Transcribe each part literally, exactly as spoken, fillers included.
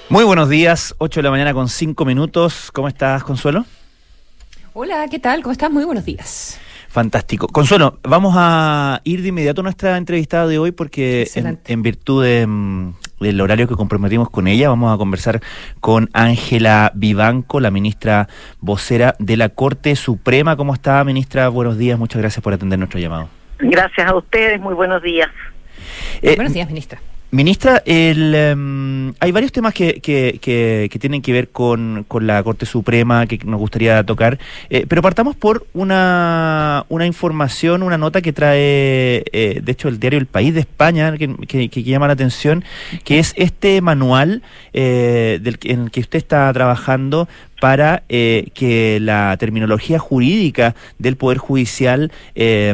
Muy buenos días, ocho de la mañana con cinco minutos. ¿Cómo estás, Consuelo? Hola, ¿qué tal? ¿Cómo estás? Muy buenos días. Fantástico. Consuelo, vamos a ir de inmediato a nuestra entrevistada de hoy porque en, en virtud de, um, del horario que comprometimos con ella, vamos a conversar con Ángela Vivanco, la ministra vocera de la Corte Suprema. ¿Cómo está, ministra? Buenos días, muchas gracias por atender nuestro llamado. Gracias a ustedes, muy buenos días. Eh, buenos días, ministra. Ministra, el, um, hay varios temas que, que, que, que tienen que ver con, con la Corte Suprema que nos gustaría tocar, eh, pero partamos por una, una información, una nota que trae, eh, de hecho, el diario El País de España, que, que, que llama la atención, que es este manual eh, del, en el que usted está trabajando para eh, que la terminología jurídica del Poder Judicial eh,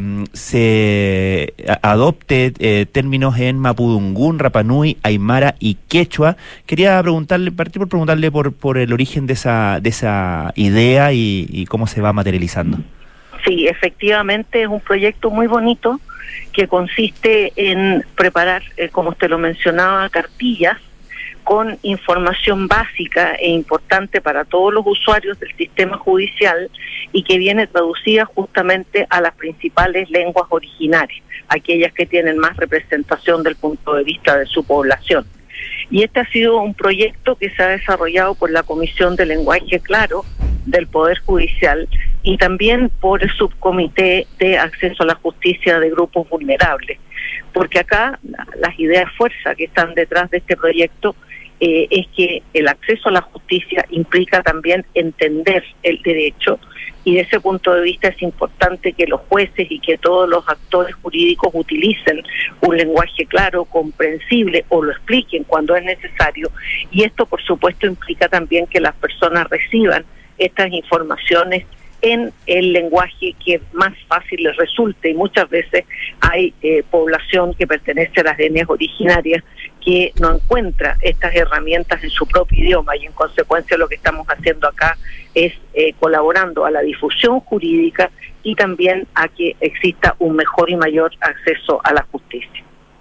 se adopte eh, términos en mapudungún, rapanui, aymara y quechua. Quería preguntarle, partir por preguntarle por, por el origen de esa, de esa idea y, y cómo se va materializando. Sí, efectivamente es un proyecto muy bonito que consiste en preparar, eh, como usted lo mencionaba, cartillas con información básica e importante para todos los usuarios del sistema judicial y que viene traducida justamente a las principales lenguas originarias, aquellas que tienen más representación del punto de vista de su población. Y este ha sido un proyecto que se ha desarrollado por la Comisión de Lenguaje Claro del Poder Judicial y también por el Subcomité de Acceso a la Justicia de Grupos Vulnerables, porque acá las ideas fuerza que están detrás de este proyecto Eh, es que el acceso a la justicia implica también entender el derecho y desde ese punto de vista es importante que los jueces y que todos los actores jurídicos utilicen un lenguaje claro, comprensible o lo expliquen cuando es necesario, y esto por supuesto implica también que las personas reciban estas informaciones en el lenguaje que más fácil les resulte, y muchas veces hay eh, población que pertenece a las etnias originarias que no encuentra estas herramientas en su propio idioma, y en consecuencia lo que estamos haciendo acá es eh, colaborando a la difusión jurídica y también a que exista un mejor y mayor acceso a la justicia.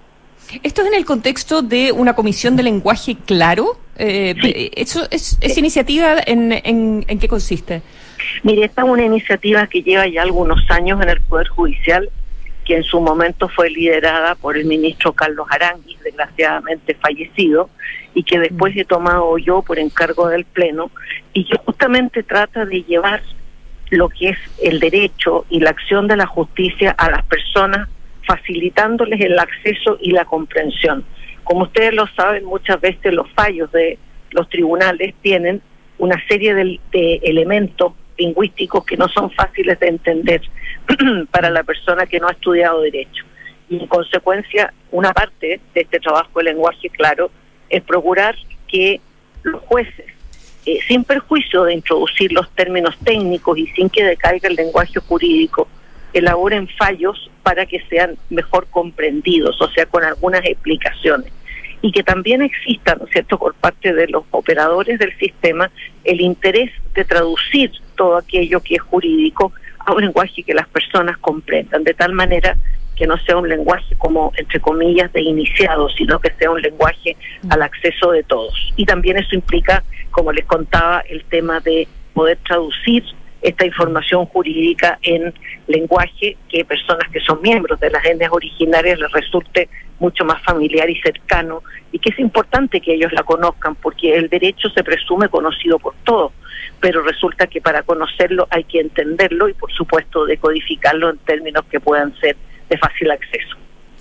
¿Esto es en el contexto de una comisión de lenguaje claro? Eh, sí. ¿Eso es, ¿Esa iniciativa en, en, en qué consiste? Mire, esta es una iniciativa que lleva ya algunos años en el Poder Judicial, que en su momento fue liderada por el ministro Carlos Aranguis, desgraciadamente fallecido, y que después he tomado yo por encargo del Pleno, y que justamente trata de llevar lo que es el derecho y la acción de la justicia a las personas, facilitándoles el acceso y la comprensión. Como ustedes lo saben, muchas veces los fallos de los tribunales tienen una serie de, de elementos lingüísticos que no son fáciles de entender para la persona que no ha estudiado derecho. Y en consecuencia, una parte de este trabajo de lenguaje claro es procurar que los jueces, eh, sin perjuicio de introducir los términos técnicos y sin que decaiga el lenguaje jurídico, elaboren fallos para que sean mejor comprendidos, o sea, con algunas explicaciones. Y que también exista, ¿no es cierto?, por parte de los operadores del sistema, el interés de traducir todo aquello que es jurídico a un lenguaje que las personas comprendan, de tal manera que no sea un lenguaje como, entre comillas, de iniciados, sino que sea un lenguaje al acceso de todos. Y también eso implica, como les contaba, el tema de poder traducir esta información jurídica en lenguaje que personas que son miembros de las etnias originarias les resulte mucho más familiar y cercano, y que es importante que ellos la conozcan, porque el derecho se presume conocido por todos, pero resulta que para conocerlo hay que entenderlo y por supuesto decodificarlo en términos que puedan ser de fácil acceso.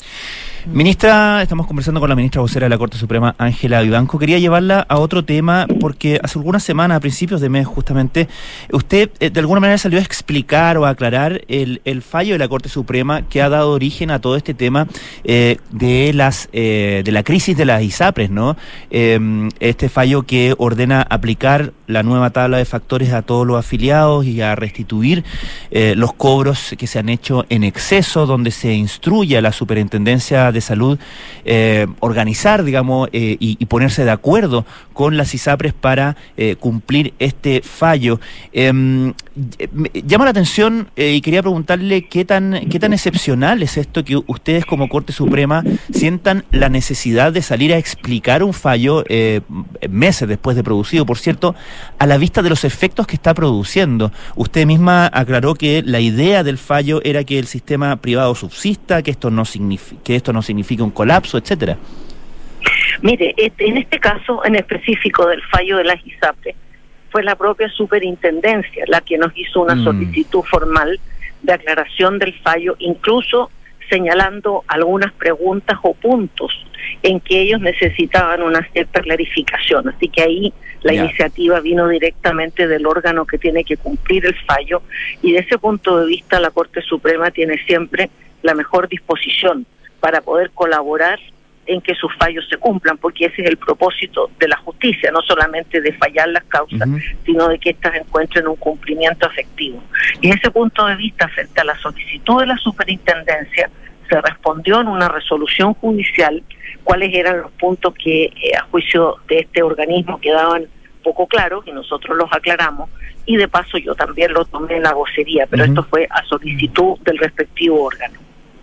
Ministra, estamos conversando con la ministra vocera de la Corte Suprema, Ángela Vivanco. Quería llevarla a otro tema porque hace algunas semanas, a principios de mes justamente, usted eh, de alguna manera salió a explicar o a aclarar el, el fallo de la Corte Suprema que ha dado origen a todo este tema eh, de las eh, de la crisis de las ISAPRES, ¿no? Eh, este fallo que ordena aplicar la nueva tabla de factores a todos los afiliados y a restituir eh, los cobros que se han hecho en exceso, donde se instruye a la Superintendencia de salud eh, organizar, digamos, eh, y, y ponerse de acuerdo con las ISAPRES para eh, cumplir este fallo. Eh, me llama la atención eh, y quería preguntarle qué tan, qué tan excepcional es esto que ustedes como Corte Suprema sientan la necesidad de salir a explicar un fallo eh, meses después de producido, por cierto, a la vista de los efectos que está produciendo. Usted misma aclaró que la idea del fallo era que el sistema privado subsista, que esto no significa, que esto no significa un colapso, etcétera. Mire, en este caso en específico del fallo de las ISAPRES, fue la propia superintendencia la que nos hizo una mm. solicitud formal de aclaración del fallo, incluso señalando algunas preguntas o puntos en que ellos necesitaban una cierta clarificación. Así que ahí la yeah. iniciativa vino directamente del órgano que tiene que cumplir el fallo, y de ese punto de vista la Corte Suprema tiene siempre la mejor disposición para poder colaborar en que sus fallos se cumplan, porque ese es el propósito de la justicia, no solamente de fallar las causas, uh-huh. sino de que éstas encuentren un cumplimiento efectivo. Y desde ese punto de vista, frente a la solicitud de la superintendencia, se respondió en una resolución judicial cuáles eran los puntos que eh, a juicio de este organismo quedaban poco claros, y nosotros los aclaramos, y de paso yo también lo tomé en la vocería, pero uh-huh. esto fue a solicitud del respectivo órgano.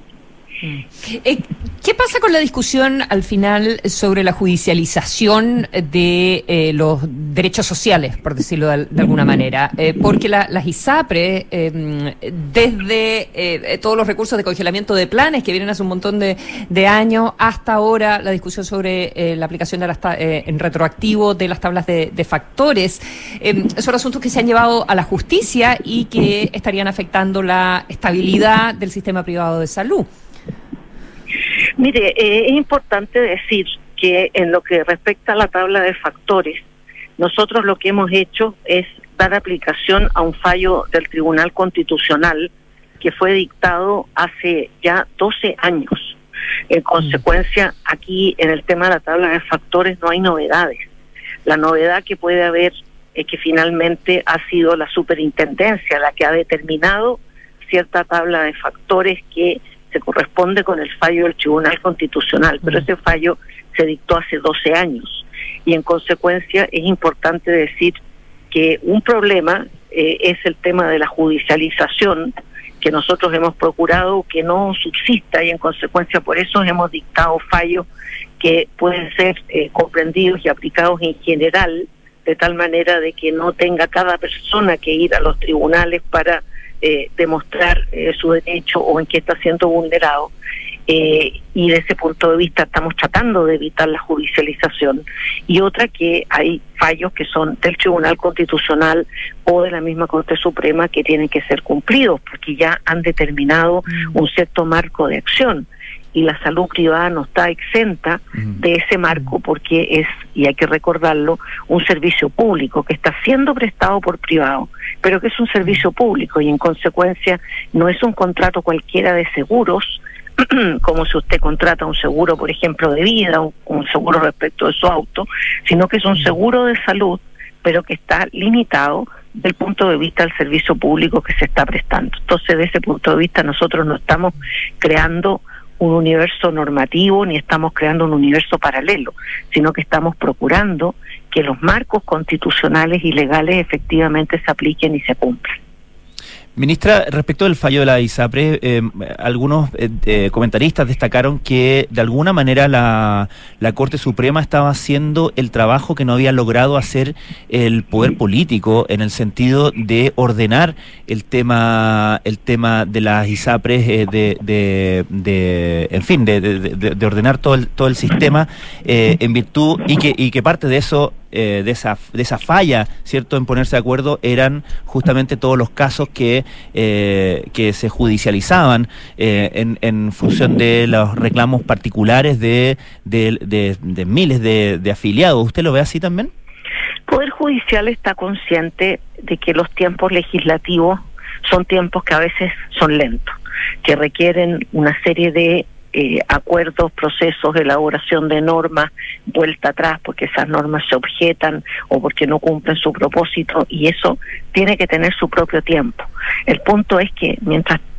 Eh, ¿Qué pasa con la discusión al final sobre la judicialización de eh, los derechos sociales, por decirlo de, de alguna manera? Eh, porque la, las ISAPRES, eh, desde eh, todos los recursos de congelamiento de planes que vienen hace un montón de, de años, hasta ahora la discusión sobre eh, la aplicación de las ta- eh, en retroactivo de las tablas de, de factores, eh, son asuntos que se han llevado a la justicia y que estarían afectando la estabilidad del sistema privado de salud. Mire, eh, es importante decir que en lo que respecta a la tabla de factores, nosotros lo que hemos hecho es dar aplicación a un fallo del Tribunal Constitucional que fue dictado hace ya doce años. En consecuencia, aquí en el tema de la tabla de factores no hay novedades. La novedad que puede haber es que finalmente ha sido la superintendencia la que ha determinado cierta tabla de factores que se corresponde con el fallo del Tribunal Constitucional, pero ese fallo se dictó hace doce años, y en consecuencia es importante decir que un problema eh, es el tema de la judicialización, que nosotros hemos procurado que no subsista, y en consecuencia por eso hemos dictado fallos que pueden ser eh, comprendidos y aplicados en general, de tal manera de que no tenga cada persona que ir a los tribunales para Eh, demostrar eh, su derecho o en qué está siendo vulnerado, eh, y de ese punto de vista estamos tratando de evitar la judicialización. Y otra, que hay fallos que son del Tribunal Constitucional o de la misma Corte Suprema que tienen que ser cumplidos porque ya han determinado mm. un cierto marco de acción, y la salud privada no está exenta mm. de ese marco, porque es, y hay que recordarlo, un servicio público que está siendo prestado por privado, pero que es un servicio público, y en consecuencia no es un contrato cualquiera de seguros, como si usted contrata un seguro, por ejemplo, de vida, un, un seguro respecto de su auto, sino que es un seguro de salud, pero que está limitado del punto de vista del servicio público que se está prestando. Entonces, desde ese punto de vista, nosotros no estamos creando un universo normativo ni estamos creando un universo paralelo, sino que estamos procurando que los marcos constitucionales y legales efectivamente se apliquen y se cumplan. Ministra, respecto del fallo de la ISAPRES, eh, algunos eh, eh, comentaristas destacaron que de alguna manera la, la Corte Suprema estaba haciendo el trabajo que no había logrado hacer el poder político, en el sentido de ordenar el tema el tema de las ISAPRES, eh, de, de, de en fin, de, de, de, de ordenar todo el, todo el sistema eh, en virtud, y que, y que parte de eso Eh, de esa de esa falla, ¿cierto?, en ponerse de acuerdo, eran justamente todos los casos que eh, que se judicializaban eh, en, en función de los reclamos particulares de de, de, de miles de, de afiliados. ¿Usted lo ve así también? El Poder Judicial está consciente de que los tiempos legislativos son tiempos que a veces son lentos, que requieren una serie de Eh, acuerdos, procesos, elaboración de normas, vuelta atrás porque esas normas se objetan o porque no cumplen su propósito, y eso tiene que tener su propio tiempo. El punto es que mientras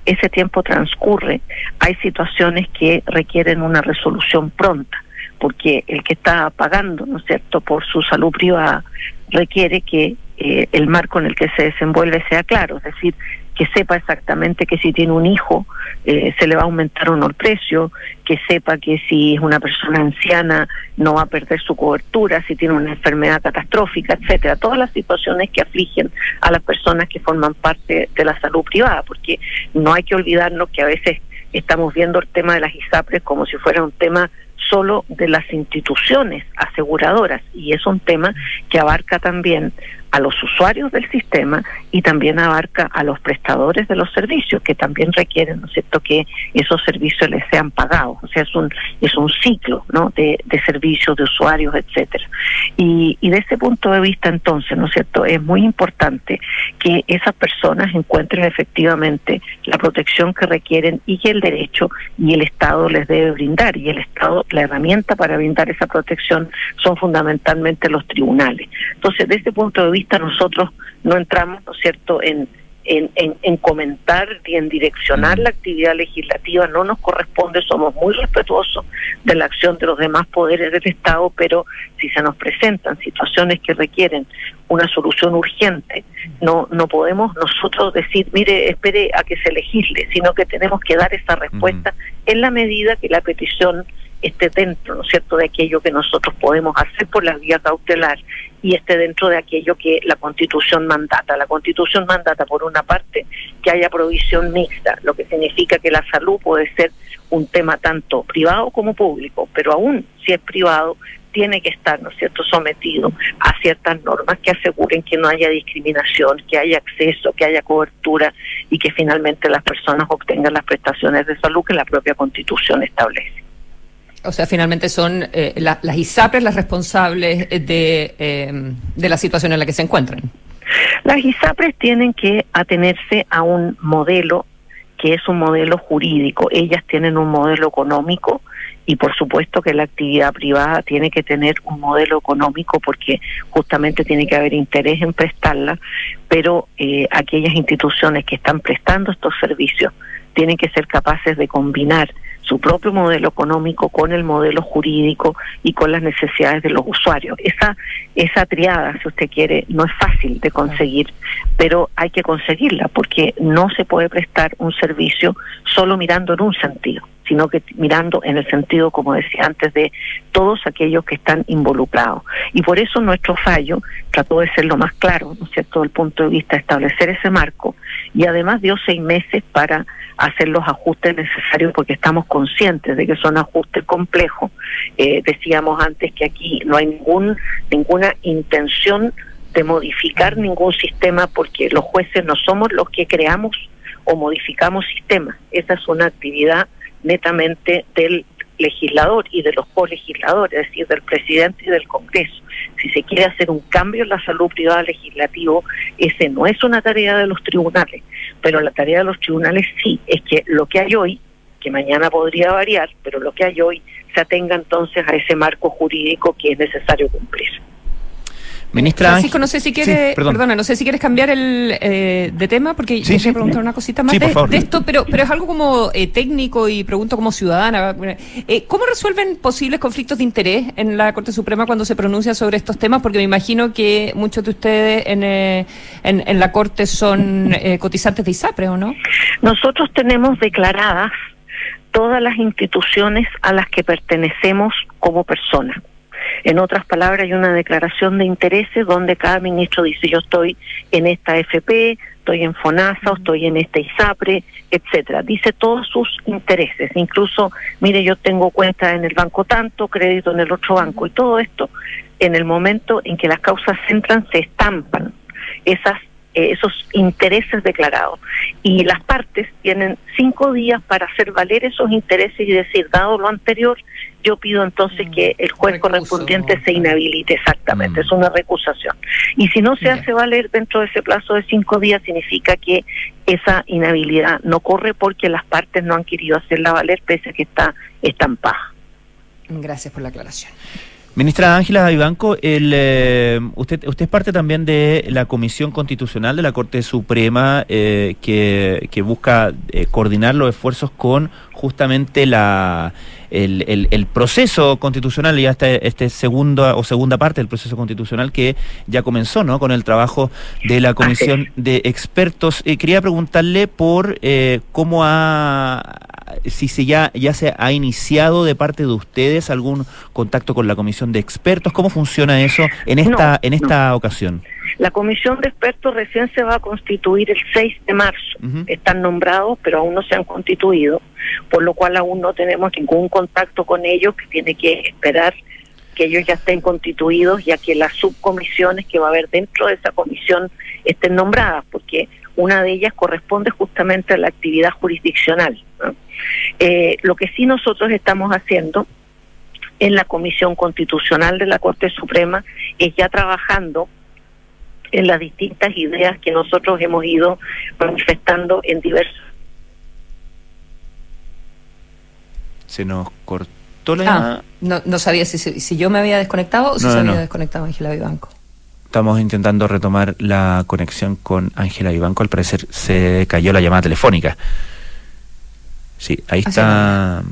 ese tiempo transcurre, hay situaciones que requieren una resolución pronta, porque el que está pagando, ¿no es cierto?, por su salud privada, requiere que eh, el marco en el que se desenvuelve sea claro, es decir, que sepa exactamente que si tiene un hijo eh, se le va a aumentar o no el precio, que sepa que si es una persona anciana no va a perder su cobertura, si tiene una enfermedad catastrófica, etcétera. Todas las situaciones que afligen a las personas que forman parte de la salud privada, porque no hay que olvidarnos que a veces estamos viendo el tema de las ISAPRES como si fuera un tema solo de las instituciones aseguradoras, y es un tema que abarca también a los usuarios del sistema y también abarca a los prestadores de los servicios, que también requieren, ¿no es cierto?, que esos servicios les sean pagados. O sea, es un es un ciclo, ¿no?, de, de servicios, de usuarios, etcétera. Y, y de ese punto de vista, entonces, ¿no es cierto?, es muy importante que esas personas encuentren efectivamente la protección que requieren y que el derecho y el Estado les debe brindar. Y el Estado, la herramienta para brindar esa protección son fundamentalmente los tribunales. Entonces, desde ese punto de vista, nosotros no entramos, ¿no es cierto?, en, en, en, en comentar ni en direccionar la actividad legislativa, no nos corresponde, somos muy respetuosos de la acción de los demás poderes del Estado, pero si se nos presentan situaciones que requieren una solución urgente, no no podemos nosotros decir, mire, espere a que se legisle, sino que tenemos que dar esa respuesta uh-huh. en la medida que la petición esté dentro, ¿no es cierto?, de aquello que nosotros podemos hacer por la vía cautelar y esté dentro de aquello que la Constitución mandata. La Constitución mandata, por una parte, que haya provisión mixta, lo que significa que la salud puede ser un tema tanto privado como público, pero aún si es privado, tiene que estar, ¿no es cierto?, sometido a ciertas normas que aseguren que no haya discriminación, que haya acceso, que haya cobertura y que finalmente las personas obtengan las prestaciones de salud que la propia Constitución establece. O sea, finalmente son eh, la, las ISAPRES las responsables de, eh, de la situación en la que se encuentran. Las ISAPRES tienen que atenerse a un modelo que es un modelo jurídico. Ellas tienen un modelo económico y por supuesto que la actividad privada tiene que tener un modelo económico porque justamente tiene que haber interés en prestarla, pero eh, aquellas instituciones que están prestando estos servicios tienen que ser capaces de combinar su propio modelo económico con el modelo jurídico y con las necesidades de los usuarios. Esa esa triada, si usted quiere, no es fácil de conseguir, pero hay que conseguirla porque no se puede prestar un servicio solo mirando en un sentido, sino que mirando en el sentido, como decía antes, de todos aquellos que están involucrados. Y por eso nuestro fallo trató de ser lo más claro, ¿no es cierto?, desde el punto de vista de establecer ese marco, y además dio seis meses para hacer los ajustes necesarios porque estamos conscientes de que son ajustes complejos. Eh, decíamos antes que aquí no hay ningún ninguna intención de modificar ningún sistema porque los jueces no somos los que creamos o modificamos sistemas. Esa es una actividad netamente del legislador y de los colegisladores, es decir, del presidente y del Congreso. Si se quiere hacer un cambio en la salud privada legislativo, ese no es una tarea de los tribunales, pero la tarea de los tribunales sí, es que lo que hay hoy, que mañana podría variar, pero lo que hay hoy se atenga entonces a ese marco jurídico que es necesario cumplir. Ministra Francisco, no sé si quiere, sí, perdón. perdona, no sé si quieres cambiar el eh, de tema, porque sí, yo sí, quería preguntar una cosita más sí, de, de esto, pero pero es algo como eh, técnico y pregunto como ciudadana. Eh, ¿Cómo resuelven posibles conflictos de interés en la Corte Suprema cuando se pronuncia sobre estos temas? Porque me imagino que muchos de ustedes en, eh, en, en la Corte son eh, cotizantes de ISAPRES, ¿o no? Nosotros tenemos declaradas todas las instituciones a las que pertenecemos como personas. En otras palabras, hay una declaración de intereses donde cada ministro dice, yo estoy en esta A F P, estoy en FONASA, o estoy en esta ISAPRE, etcétera. Dice todos sus intereses, incluso, mire, yo tengo cuenta en el banco tanto, crédito en el otro banco, y todo esto, en el momento en que las causas entran, se estampan esas eh, esos intereses declarados. Y las partes tienen cinco días para hacer valer esos intereses y decir, dado lo anterior, yo pido entonces que el juez Recuso, correspondiente se inhabilite. Exactamente, mm. es una recusación. Y si no se yeah. hace valer dentro de ese plazo de cinco días, significa que esa inhabilidad no corre porque las partes no han querido hacerla valer pese a que está estampada. Gracias por la aclaración. Ministra Ángela Vivanco, el, eh, usted, usted es parte también de la Comisión Constitucional de la Corte Suprema eh, que, que busca eh, coordinar los esfuerzos con justamente la el, el, el proceso constitucional y hasta este segundo o segunda parte del proceso constitucional que ya comenzó, ¿no? Con el trabajo de la Comisión de Expertos. Eh, quería preguntarle por eh, cómo ha si se ya ya se ha iniciado de parte de ustedes algún contacto con la Comisión de Expertos. ¿Cómo funciona eso en esta no, en esta no. ocasión? La Comisión de Expertos recién se va a constituir el seis de marzo. Uh-huh. Están nombrados, pero aún no se han constituido, por lo cual aún no tenemos ningún contacto con ellos, que tiene que esperar que ellos ya estén constituidos, ya que las subcomisiones que va a haber dentro de esa comisión estén nombradas, porque una de ellas corresponde justamente a la actividad jurisdiccional, ¿no? Eh, lo que sí nosotros estamos haciendo en la Comisión Constitucional de la Corte Suprema es ya trabajando en las distintas ideas que nosotros hemos ido manifestando en diversos... Se nos cortó la... Ah, no, no sabía si, si yo me había desconectado o si no, se había no. desconectado Ángela Vivanco. Estamos intentando retomar la conexión con Ángela Vivanco. Al parecer se cayó la llamada telefónica. Sí, ahí está...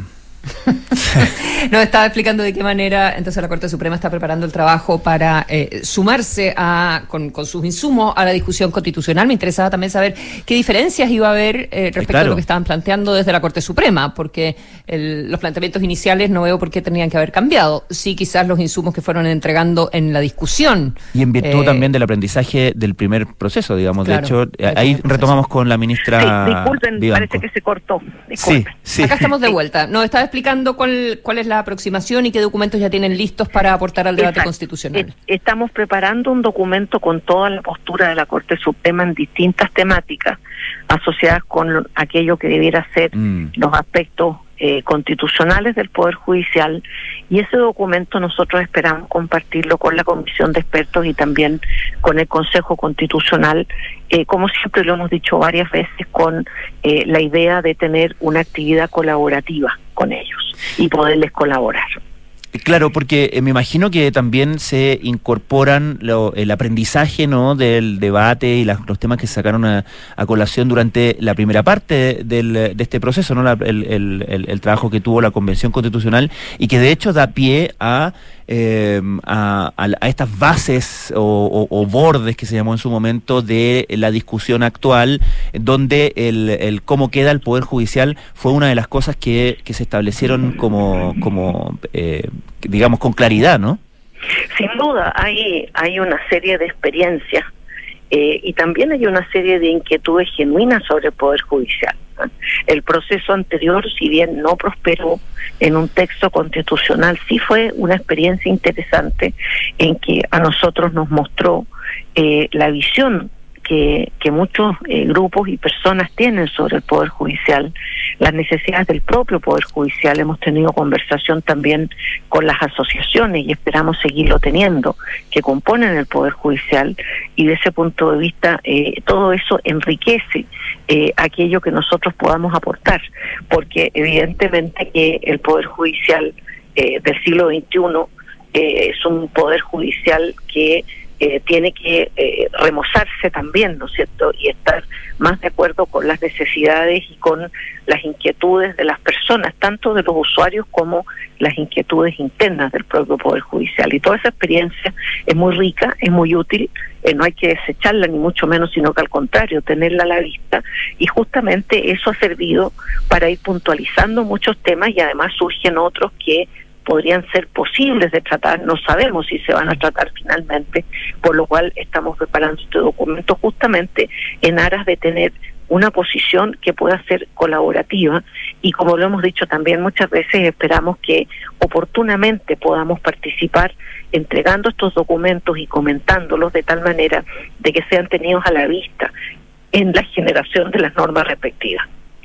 Nos estaba explicando de qué manera entonces la Corte Suprema está preparando el trabajo para eh, sumarse a con, con sus insumos a la discusión constitucional. Me interesaba también saber qué diferencias iba a haber eh, respecto claro. a lo que estaban planteando desde la Corte Suprema, porque el, los planteamientos iniciales no veo por qué tenían que haber cambiado. Sí, quizás los insumos que fueron entregando en la discusión. Y en virtud eh, también del aprendizaje del primer proceso, digamos. Claro, de hecho, ahí retomamos con la ministra sí, disculpen, Vivanco. Parece que se cortó. Disculpen. Sí, sí. Acá estamos de vuelta. Nos estaba explicando cuál, cuál es la aproximación y qué documentos ya tienen listos para aportar al debate Exacto. constitucional. Estamos preparando un documento con toda la postura de la Corte Suprema en distintas temáticas asociadas con aquello que debiera ser mm. los aspectos eh, constitucionales del Poder Judicial, y ese documento nosotros esperamos compartirlo con la Comisión de Expertos y también con el Consejo Constitucional, eh, como siempre lo hemos dicho varias veces, con eh, la idea de tener una actividad colaborativa con ellos y poderles colaborar. Claro, porque eh, me imagino que también se incorporan lo, el aprendizaje, ¿no?, del debate y las, los temas que se sacaron a, a colación durante la primera parte del, de este proceso, ¿no?, la, el, el, el, el trabajo que tuvo la Convención Constitucional y que de hecho da pie a Eh, a, a, a estas bases o, o, o bordes que se llamó en su momento de la discusión actual, donde el, el cómo queda el Poder Judicial fue una de las cosas que, que se establecieron como, como eh, digamos, con claridad, ¿no? Sin duda, hay, hay una serie de experiencias eh, y también hay una serie de inquietudes genuinas sobre el Poder Judicial. El proceso anterior, si bien no prosperó en un texto constitucional, sí fue una experiencia interesante en que a nosotros nos mostró eh, la visión que, que muchos eh, grupos y personas tienen sobre el Poder Judicial, las necesidades del propio Poder Judicial. Hemos tenido conversación también con las asociaciones y esperamos seguirlo teniendo, que componen el Poder Judicial, y de ese punto de vista eh, todo eso enriquece eh, aquello que nosotros podamos aportar, porque evidentemente que el Poder Judicial eh, del siglo veintiuno eh, es un Poder Judicial que Eh, tiene que eh, remozarse también, ¿no es cierto?, y estar más de acuerdo con las necesidades y con las inquietudes de las personas, tanto de los usuarios como las inquietudes internas del propio Poder Judicial. Y toda esa experiencia es muy rica, es muy útil, eh, no hay que desecharla ni mucho menos, sino que al contrario, tenerla a la vista, y justamente eso ha servido para ir puntualizando muchos temas, y además surgen otros que podrían ser posibles de tratar, no sabemos si se van a tratar finalmente, por lo cual estamos preparando este documento justamente en aras de tener una posición que pueda ser colaborativa, y como lo hemos dicho también muchas veces, esperamos que oportunamente podamos participar entregando estos documentos y comentándolos de tal manera de que sean tenidos a la vista en la generación de las normas respectivas.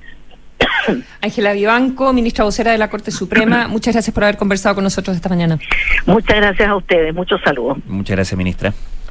Ángela Vivanco, ministra vocera de la Corte Suprema, muchas gracias por haber conversado con nosotros esta mañana. Muchas gracias a ustedes, muchos saludos. Muchas gracias, ministra.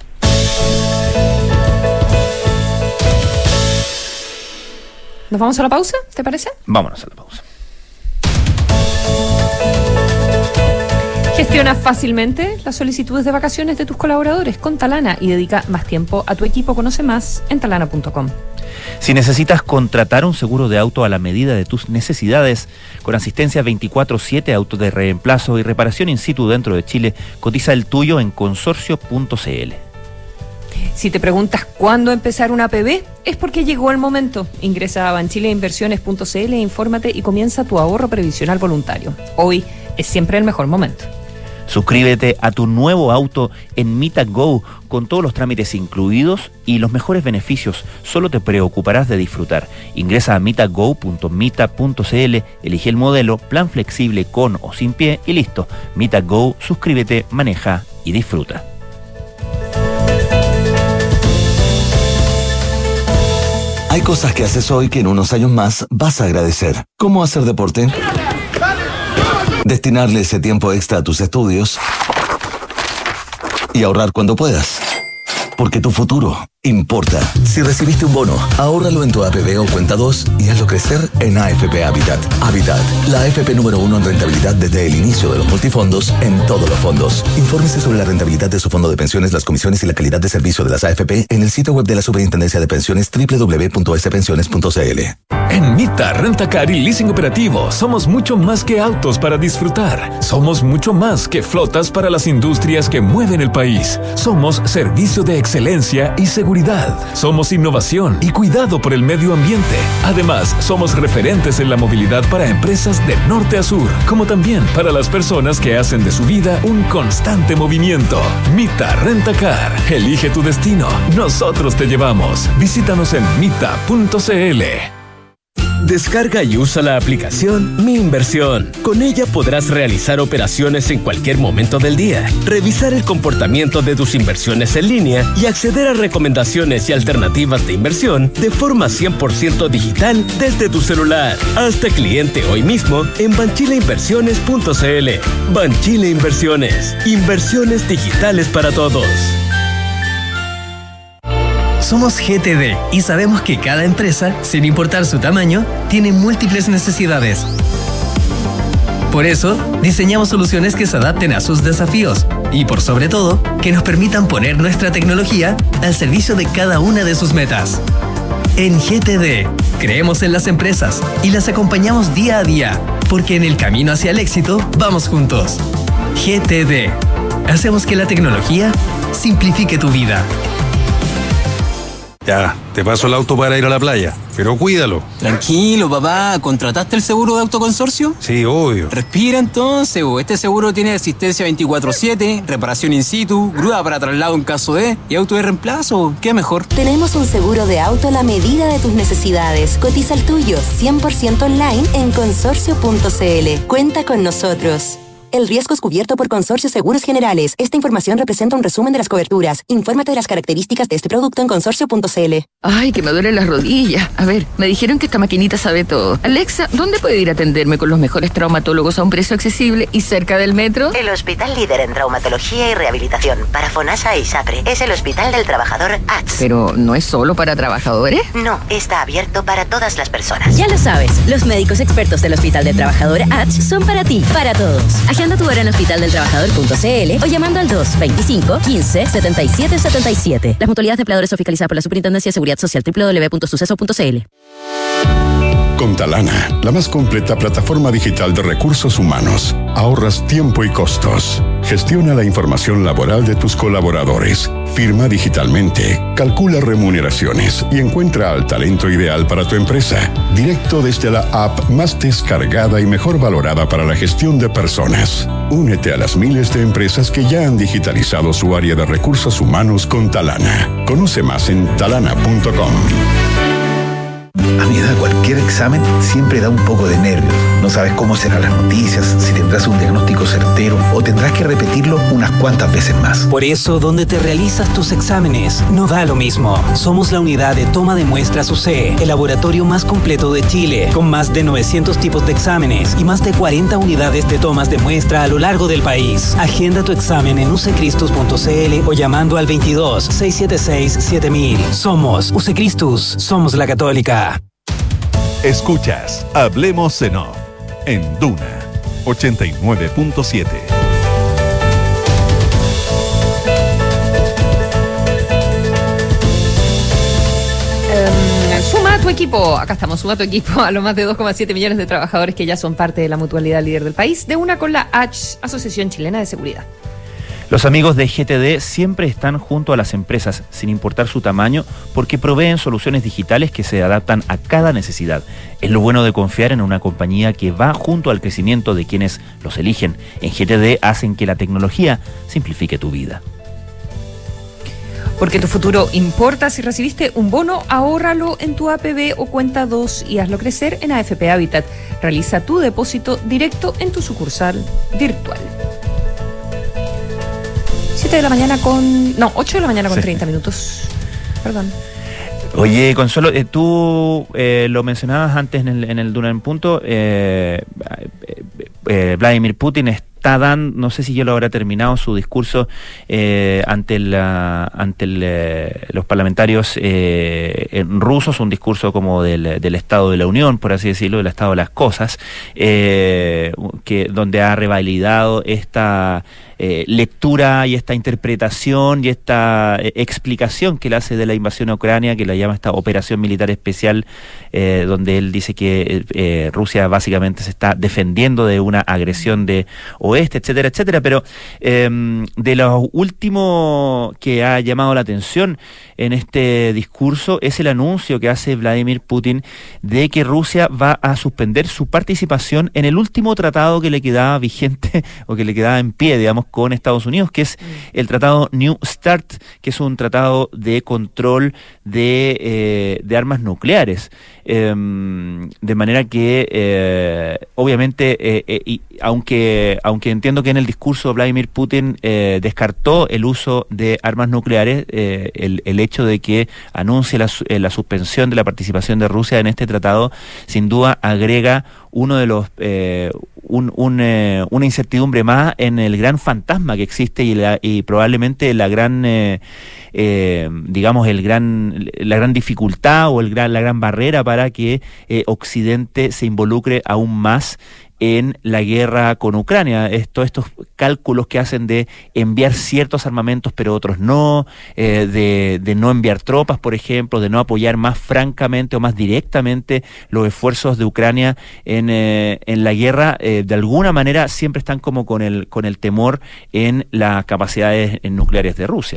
¿Nos vamos a la pausa, te parece? Vámonos a la pausa. Gestiona fácilmente las solicitudes de vacaciones de tus colaboradores con Talana y dedica más tiempo a tu equipo. Conoce más en talana punto com. Si necesitas contratar un seguro de auto a la medida de tus necesidades, con asistencia veinticuatro siete, auto de reemplazo y reparación in situ dentro de Chile, cotiza el tuyo en consorcio punto c l. Si te preguntas cuándo empezar una P B, es porque llegó el momento. Ingresa a banchileinversiones punto c l, infórmate y comienza tu ahorro previsional voluntario. Hoy es siempre el mejor momento. Suscríbete a tu nuevo auto en Mita Go con todos los trámites incluidos y los mejores beneficios. Solo te preocuparás de disfrutar. Ingresa a mitago punto mita punto c l, elige el modelo, plan flexible con o sin pie y listo. Mita Go, suscríbete, maneja y disfruta. Hay cosas que haces hoy que en unos años más vas a agradecer. ¿Cómo hacer deporte? Destinarle ese tiempo extra a tus estudios y ahorrar cuando puedas. Porque tu futuro importa. Si recibiste un bono, ahórralo en tu A P B o cuenta dos y hazlo crecer en A F P Habitat. Habitat, la A F P número uno en rentabilidad desde el inicio de los multifondos en todos los fondos. Infórmese sobre la rentabilidad de su fondo de pensiones, las comisiones y la calidad de servicio de las A F P en el sitio web de la Superintendencia de Pensiones doble u doble u doble u punto s pensiones punto c l. En Mita Rentacar y Leasing Operativo somos mucho más que autos para disfrutar. Somos mucho más que flotas para las industrias que mueven el país. Somos servicio de excelencia y seguridad. Somos innovación y cuidado por el medio ambiente. Además, somos referentes en la movilidad para empresas de norte a sur, como también para las personas que hacen de su vida un constante movimiento. Mita Rentacar. Elige tu destino. Nosotros te llevamos. Visítanos en mita punto c l. Descarga y usa la aplicación Mi Inversión. Con ella podrás realizar operaciones en cualquier momento del día, revisar el comportamiento de tus inversiones en línea y acceder a recomendaciones y alternativas de inversión de forma cien por ciento digital desde tu celular. Hazte cliente hoy mismo en banchileinversiones punto c l. Banchile Inversiones. Inversiones digitales para todos. Somos G T D y sabemos que cada empresa, sin importar su tamaño, tiene múltiples necesidades. Por eso, diseñamos soluciones que se adapten a sus desafíos y, por sobre todo, que nos permitan poner nuestra tecnología al servicio de cada una de sus metas. En G T D, creemos en las empresas y las acompañamos día a día, porque en el camino hacia el éxito vamos juntos. G T D. Hacemos que la tecnología simplifique tu vida. Ya, te paso el auto para ir a la playa, pero cuídalo. Tranquilo, papá. ¿Contrataste el seguro de autoconsorcio? Sí, obvio. Respira entonces, bo. Este seguro tiene asistencia veinticuatro siete, reparación in situ, grúa para traslado en caso de y auto de reemplazo. ¿Qué mejor? Tenemos un seguro de auto a la medida de tus necesidades. Cotiza el tuyo cien por ciento online en consorcio punto c l. Cuenta con nosotros. El riesgo es cubierto por Consorcio Seguros Generales. Esta información representa un resumen de las coberturas. Infórmate de las características de este producto en consorcio punto c l. Ay, que me duelen las rodillas. A ver, me dijeron que esta maquinita sabe todo. Alexa, ¿dónde puedo ir a atenderme con los mejores traumatólogos a un precio accesible y cerca del metro? El hospital líder en traumatología y rehabilitación para FONASA y SAPRE es el Hospital del Trabajador A T S. ¿Pero no es solo para trabajadores? No, está abierto para todas las personas. Ya lo sabes, los médicos expertos del Hospital del Trabajador A T S son para ti, para todos. Agenda tu hora en hospital del trabajador punto c l o llamando al dos veinticinco quince setenta y siete setenta y siete. Las mutualidades de empleadores son fiscalizadas por la Superintendencia de Seguridad Social. doble u doble u doble u punto suceso punto c l. Con Talana, la más completa plataforma digital de recursos humanos, ahorras tiempo y costos. Gestiona la información laboral de tus colaboradores, firma digitalmente, calcula remuneraciones y encuentra al talento ideal para tu empresa, directo desde la app más descargada y mejor valorada para la gestión de personas. Únete a las miles de empresas que ya han digitalizado su área de recursos humanos con Talana. Conoce más en talana punto com. A mi edad, cualquier examen siempre da un poco de nervios. No sabes cómo serán las noticias, si tendrás un diagnóstico certero o tendrás que repetirlo unas cuantas veces más. Por eso, donde te realizas tus exámenes, no da lo mismo. Somos la unidad de toma de muestras U C, el laboratorio más completo de Chile, con más de novecientos tipos de exámenes y más de cuarenta unidades de tomas de muestra a lo largo del país. Agenda tu examen en u c cristus punto c l o llamando al veintidós, seiscientos setenta y seis, siete mil. Somos U C Cristus, somos la Católica. Escuchas Hablemos en Off en Duna ochenta y nueve punto siete. equipo, acá estamos, suma tu equipo a los más de dos coma siete millones de trabajadores que ya son parte de la mutualidad líder del país, de una con la H, Asociación Chilena de Seguridad. Los amigos de G T D siempre están junto a las empresas, sin importar su tamaño, porque proveen soluciones digitales que se adaptan a cada necesidad. Es lo bueno de confiar en una compañía que va junto al crecimiento de quienes los eligen. En G T D hacen que la tecnología simplifique tu vida. Porque tu futuro importa. Si recibiste un bono, ahórralo en tu A P B o cuenta dos y hazlo crecer en A F P Habitat. Realiza tu depósito directo en tu sucursal virtual. siete de la mañana con... No, ocho de la mañana con sí. treinta minutos. Perdón. Oye, Consuelo, eh, tú eh, lo mencionabas antes en el, en el Duna en Punto. Eh, eh, eh, Vladimir Putin está dando, no sé si ya lo habrá terminado, su discurso eh, ante, la, ante el, eh, los parlamentarios eh, rusos, un discurso como del, del Estado de la Unión, por así decirlo, del Estado de las Cosas, eh, que donde ha revalidado esta... Eh, lectura y esta interpretación y esta eh, explicación que él hace de la invasión a Ucrania, que la llama esta operación militar especial, eh, donde él dice que eh, Rusia básicamente se está defendiendo de una agresión de oeste, etcétera, etcétera. Pero eh, de lo último que ha llamado la atención en este discurso es el anuncio que hace Vladimir Putin de que Rusia va a suspender su participación en el último tratado que le quedaba vigente o que le quedaba en pie, digamos, con Estados Unidos, que es el tratado New START, que es un tratado de control de, eh, de armas nucleares. Eh, de manera que, eh, obviamente, eh, eh, y aunque, aunque entiendo que en el discurso Vladimir Putin eh, descartó el uso de armas nucleares, eh, el, el hecho de que anuncie la, eh, la suspensión de la participación de Rusia en este tratado, sin duda agrega uno de los eh, un, un, eh, una incertidumbre más en el gran fantasma que existe y, la, y probablemente la gran eh, eh, digamos el gran la gran dificultad o el gran la gran barrera para que eh, Occidente se involucre aún más en la guerra con Ucrania. Esto, estos cálculos que hacen de enviar ciertos armamentos pero otros no, eh, de, de no enviar tropas, por ejemplo, de no apoyar más francamente o más directamente los esfuerzos de Ucrania en, eh, en la guerra, eh, de alguna manera siempre están como con el, con el temor en las capacidades nucleares de Rusia.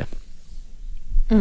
Mm.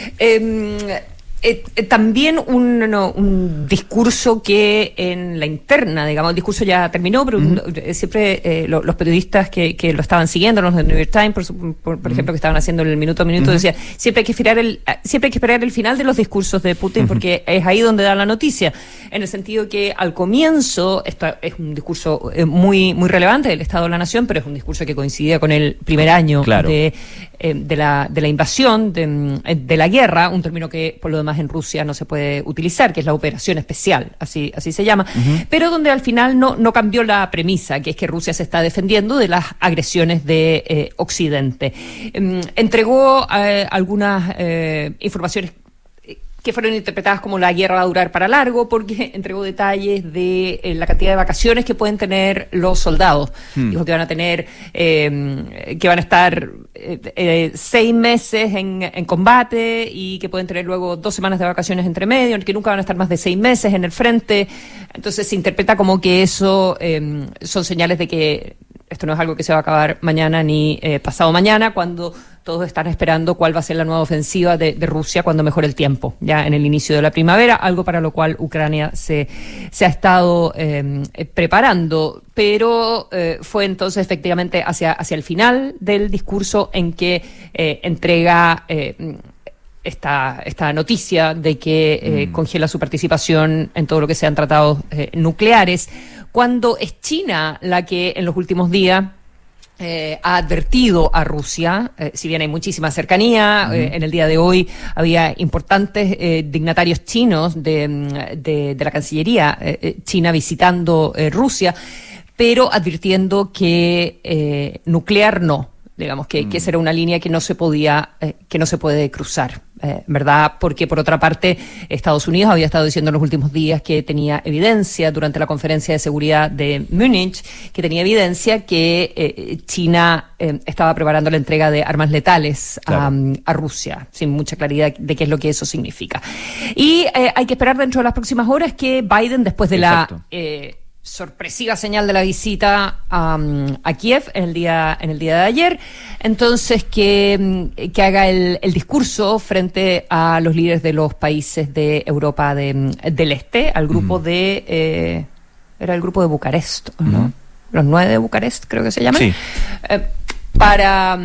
Eh, Eh, eh, también un, no, un discurso que en la interna, digamos, el discurso ya terminó, pero uh-huh. un, siempre eh, lo, los periodistas que, que lo estaban siguiendo, los del New York Times, por, por, por uh-huh. ejemplo, que estaban haciendo el minuto a minuto, uh-huh. decía, siempre hay que esperar el siempre hay que esperar el final de los discursos de Putin, uh-huh. porque es ahí donde da la noticia, en el sentido que al comienzo, esto es un discurso eh, muy muy relevante del Estado de la Nación, pero es un discurso que coincidía con el primer año claro. de, eh, de, la, de la invasión, de, de la guerra, un término que por lo demás en Rusia no se puede utilizar, que es la operación especial, así así se llama, uh-huh. pero donde al final no no cambió la premisa, que es que Rusia se está defendiendo de las agresiones de eh, Occidente. Eh, entregó eh, algunas eh, informaciones que fueron interpretadas como la guerra va a durar para largo, porque entregó detalles de eh, la cantidad de vacaciones que pueden tener los soldados. Hmm. Dijo que van a tener, eh, que van a estar eh, eh, seis meses en, en combate y que pueden tener luego dos semanas de vacaciones entre medio, que nunca van a estar más de seis meses en el frente. Entonces se interpreta como que eso eh, son señales de que esto no es algo que se va a acabar mañana ni eh, pasado mañana, cuando todos están esperando cuál va a ser la nueva ofensiva de, de Rusia cuando mejore el tiempo, ya en el inicio de la primavera, algo para lo cual Ucrania se, se ha estado eh, preparando. Pero eh, fue entonces efectivamente hacia, hacia el final del discurso en que eh, entrega eh, esta, esta noticia de que eh, mm. congela su participación en todo lo que sean tratados eh, nucleares, cuando es China la que en los últimos días Eh, ha advertido a Rusia, eh, si bien hay muchísima cercanía, uh-huh. eh, en el día de hoy había importantes eh, dignatarios chinos de, de, de la Cancillería eh, china visitando eh, Rusia, pero advirtiendo que eh, nuclear no, digamos que, mm. que esa era una línea que no se podía, eh, que no se puede cruzar. eh, ¿verdad? Porque por otra parte, Estados Unidos había estado diciendo en los últimos días que tenía evidencia durante la conferencia de seguridad de Múnich, que tenía evidencia que eh, China eh, estaba preparando la entrega de armas letales a, claro. a Rusia, sin mucha claridad de qué es lo que eso significa. Y eh, hay que esperar dentro de las próximas horas que Biden, después de Exacto. la eh, sorpresiva señal de la visita um, a Kiev en el día en el día de ayer, entonces que, que haga el, el discurso frente a los líderes de los países de Europa de, del Este, al grupo mm. de eh, era el grupo de Bucarest, ¿no? Mm. Los nueve de Bucarest, creo que se llaman. Sí. Eh, para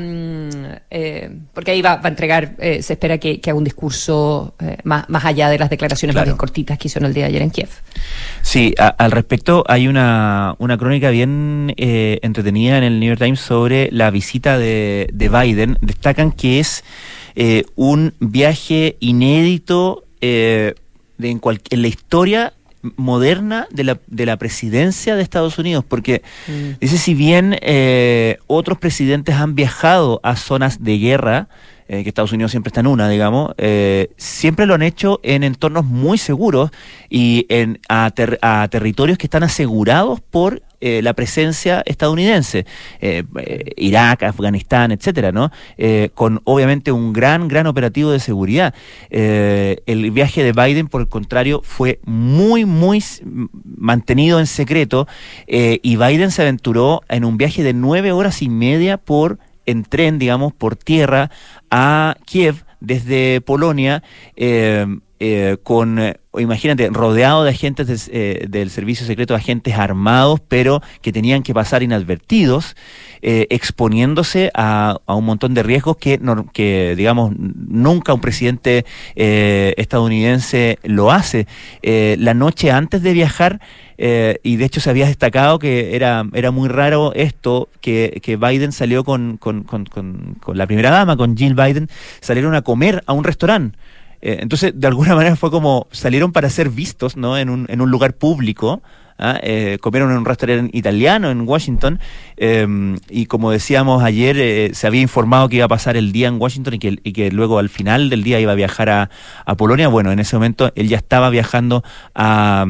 eh, porque ahí va, va a entregar, eh, se espera que, que haga un discurso eh, más, más allá de las declaraciones claro. más bien cortitas que hizo en el día de ayer en Kiev. Sí, a, al respecto hay una, una crónica bien eh, entretenida en el New York Times sobre la visita de, de Biden. Destacan que es eh, un viaje inédito eh, de en, cual, en la historia moderna de la de la presidencia de Estados Unidos, porque mm. dice, si bien eh, otros presidentes han viajado a zonas de guerra, eh, que Estados Unidos siempre está en una, digamos, eh, siempre lo han hecho en entornos muy seguros y en a, ter, a territorios que están asegurados por Eh, la presencia estadounidense, eh, eh, Irak, Afganistán, etcétera, ¿no? Eh, con obviamente un gran, gran operativo de seguridad. Eh, el viaje de Biden, por el contrario, fue muy, muy mantenido en secreto, eh, y Biden se aventuró en un viaje de nueve horas y media por en tren, digamos, por tierra a Kiev desde Polonia, eh, eh, con, eh, imagínate, rodeado de agentes de, eh, del servicio secreto, de agentes armados, pero que tenían que pasar inadvertidos, eh, exponiéndose a, a un montón de riesgos que, no, que digamos, nunca un presidente eh, estadounidense lo hace. Eh, la noche antes de viajar, Eh, y de hecho se había destacado que era era muy raro esto, que, que Biden salió con, con, con, con, con la primera dama, con Jill Biden, salieron a comer a un restaurante. Eh, entonces, de alguna manera fue como, salieron para ser vistos, ¿no? En un, en un lugar público. ¿Ah? Eh, comieron en un restaurante italiano en Washington, eh, y como decíamos ayer, eh, se había informado que iba a pasar el día en Washington y que, y que luego al final del día iba a viajar a, a Polonia. Bueno, en ese momento él ya estaba viajando a,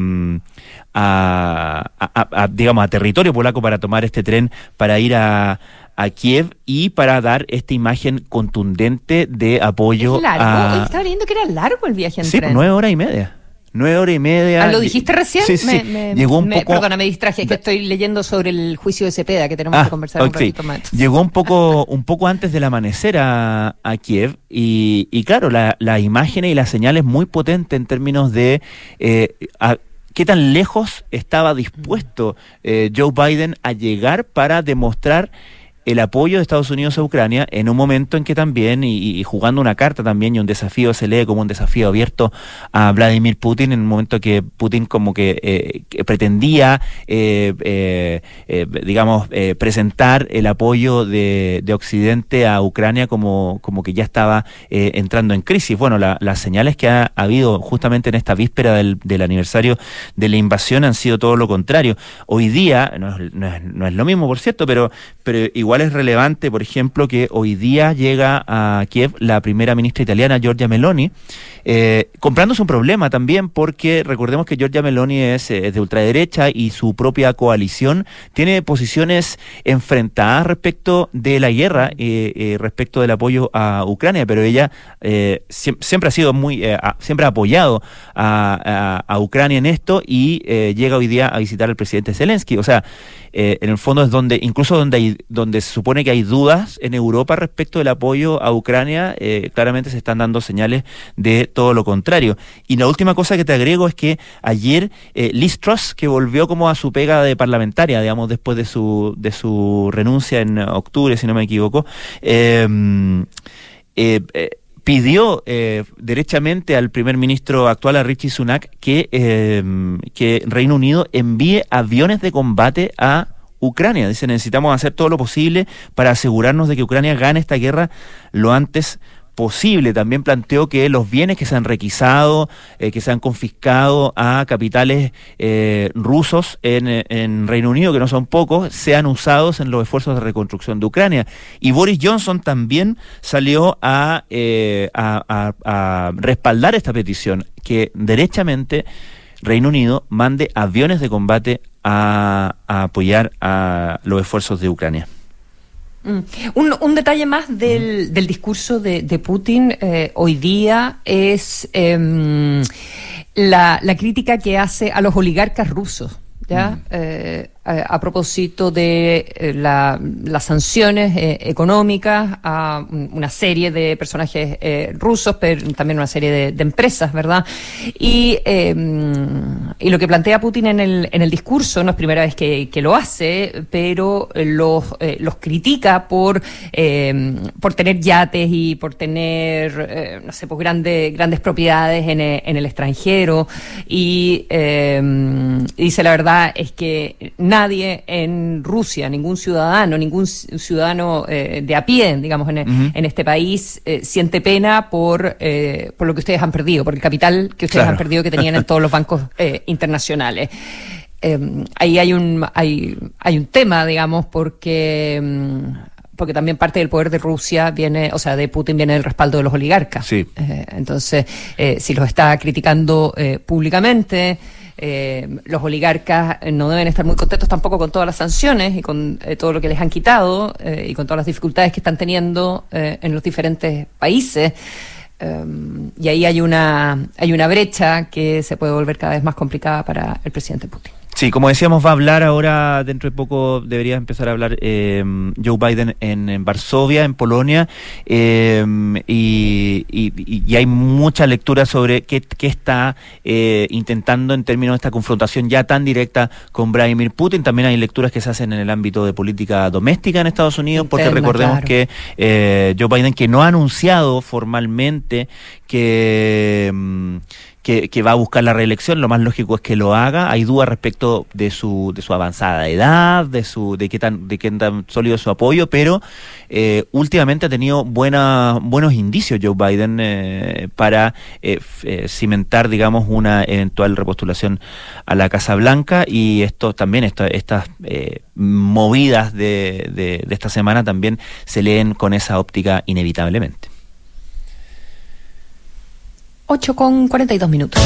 a, a, a, a digamos, a territorio polaco para tomar este tren para ir a a Kiev y para dar esta imagen contundente de apoyo. ¿Es largo? A... Estaba viendo que era largo el viaje en sí, tren. Sí, nueve horas y media. Nueve horas y media. Ah, ¿lo dijiste recién? Sí, sí. Me, me, Llegó un me, poco... Perdona, me distraje, es que estoy leyendo sobre el juicio de Cepeda, que tenemos ah, que conversar okay. un ratito más. Llegó un poco un poco antes del amanecer a, a Kiev y, y claro, la, las imágenes y las señales muy potentes en términos de eh, a, qué tan lejos estaba dispuesto eh, Joe Biden a llegar para demostrar el apoyo de Estados Unidos a Ucrania en un momento en que también, y, y jugando una carta también, y un desafío se lee como un desafío abierto a Vladimir Putin, en un momento que Putin como que, eh, que pretendía, eh, eh, eh, digamos, eh, presentar el apoyo de, de Occidente a Ucrania como, como que ya estaba eh, entrando en crisis. Bueno, la, las señales que ha, ha habido justamente en esta víspera del, del aniversario de la invasión han sido todo lo contrario. Hoy día, no es, no es, no es lo mismo, por cierto, pero, pero igual es relevante, por ejemplo, que hoy día llega a Kiev la primera ministra italiana, Giorgia Meloni, eh, comprándose un problema también, porque recordemos que Giorgia Meloni es, es de ultraderecha y su propia coalición tiene posiciones enfrentadas respecto de la guerra, eh, eh, respecto del apoyo a Ucrania, pero ella eh, sie siempre ha sido muy, eh, a, siempre ha apoyado a, a, a Ucrania en esto y eh, llega hoy día a visitar al presidente Zelensky. O sea, eh, en el fondo es donde, incluso donde hay, donde se supone que hay dudas en Europa respecto del apoyo a Ucrania, eh, claramente se están dando señales de todo lo contrario. Y la última cosa que te agrego es que ayer eh, Liz Truss, que volvió como a su pega de parlamentaria, digamos, después de su de su renuncia en octubre, si no me equivoco, eh, eh, eh, pidió eh, derechamente al primer ministro actual, a Rishi Sunak, que, eh, que Reino Unido envíe aviones de combate a Ucrania. Dice, necesitamos hacer todo lo posible para asegurarnos de que Ucrania gane esta guerra lo antes posible. También planteó que los bienes que se han requisado, eh, que se han confiscado a capitales eh, rusos en, en Reino Unido, que no son pocos, sean usados en los esfuerzos de reconstrucción de Ucrania. Y Boris Johnson también salió a, eh, a, a, a respaldar esta petición, que derechamente Reino Unido mande aviones de combate a, a apoyar a los esfuerzos de Ucrania. Mm. Un, un detalle más del, del discurso de, de Putin eh, hoy día es eh, la, la crítica que hace a los oligarcas rusos, ¿ya? Mm. Eh, a, a propósito de eh, la, las sanciones eh, económicas a una serie de personajes eh, rusos, pero también una serie de, de empresas, ¿verdad? Y, eh, y lo que plantea Putin en el, en el discurso, no es primera vez que, que lo hace, pero los, eh, los critica por, eh, por tener yates y por tener, eh, no sé, pues grandes, grandes propiedades en el, en el extranjero. Y eh, dice la verdad es que nadie en Rusia, ningún ciudadano, ningún ciudadano eh, de a pie, digamos, en, uh-huh. en este país, eh, siente pena por eh, por lo que ustedes han perdido, por el capital que ustedes claro. han perdido que tenían en todos los bancos eh, internacionales. Eh, ahí hay un hay hay un tema, digamos, porque porque también parte del poder de Rusia viene, o sea, de Putin viene del respaldo de los oligarcas. Sí. Eh, entonces, eh, si los está criticando eh, públicamente. Eh, los oligarcas no deben estar muy contentos tampoco con todas las sanciones y con eh, todo lo que les han quitado eh, y con todas las dificultades que están teniendo eh, en los diferentes países. Eh, y ahí hay una hay una brecha que se puede volver cada vez más complicada para el presidente Putin. Sí, como decíamos, va a hablar ahora, dentro de poco debería empezar a hablar eh, Joe Biden en, en Varsovia, en Polonia, eh, y, y, y hay mucha lectura sobre qué, qué está eh, intentando en términos de esta confrontación ya tan directa con Vladimir Putin. También hay lecturas que se hacen en el ámbito de política doméstica en Estados Unidos, porque Interna, recordemos claro. que eh, Joe Biden, que no ha anunciado formalmente que... Que, que va a buscar la reelección, lo más lógico es que lo haga. Hay dudas respecto de su de su avanzada edad, de su de qué tan de qué tan sólido es su apoyo, pero eh, últimamente ha tenido buena, buenos indicios Joe Biden eh, para eh, eh, cimentar, digamos, una eventual repostulación a la Casa Blanca, y esto también esto, estas eh, movidas de, de, de esta semana también se leen con esa óptica inevitablemente. ocho con cuarenta y dos minutos.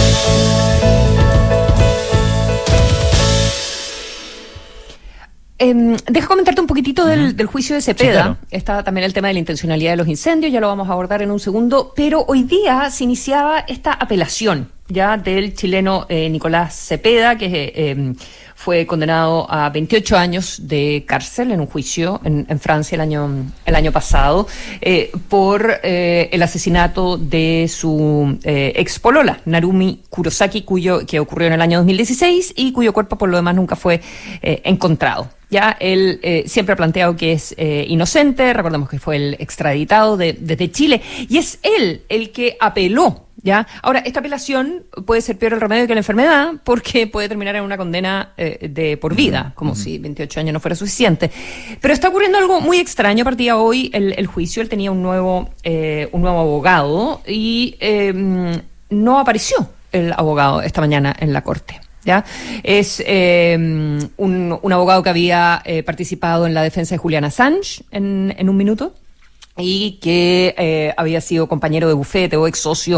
Eh, deja comentarte un poquitito del, uh-huh. del juicio de Cepeda. Sí, claro. Está también el tema de la intencionalidad de los incendios, ya lo vamos a abordar en un segundo, pero hoy día se iniciaba esta apelación ya del chileno eh, Nicolás Cepeda, que eh, fue condenado a veintiocho años de cárcel en un juicio en, en Francia el año el año pasado eh, por eh, el asesinato de su eh, ex polola, Narumi Kurosaki, cuyo que ocurrió en el año dos mil dieciséis y cuyo cuerpo por lo demás nunca fue eh, encontrado. Ya él eh, siempre ha planteado que es eh, inocente, recordemos que fue el extraditado de, desde Chile, y es él el que apeló. ¿Ya? Ahora, esta apelación puede ser peor el remedio que la enfermedad, porque puede terminar en una condena eh, de por vida, como uh-huh. si veintiocho años no fuera suficiente. Pero está ocurriendo algo muy extraño. A partir de hoy, el, el juicio, él tenía un nuevo, eh, un nuevo abogado y eh, no apareció el abogado esta mañana en la corte. ¿Ya? Es eh, un, un abogado que había eh, participado en la defensa de Julian Assange en, en un minuto, y que eh, había sido compañero de bufete o ex socio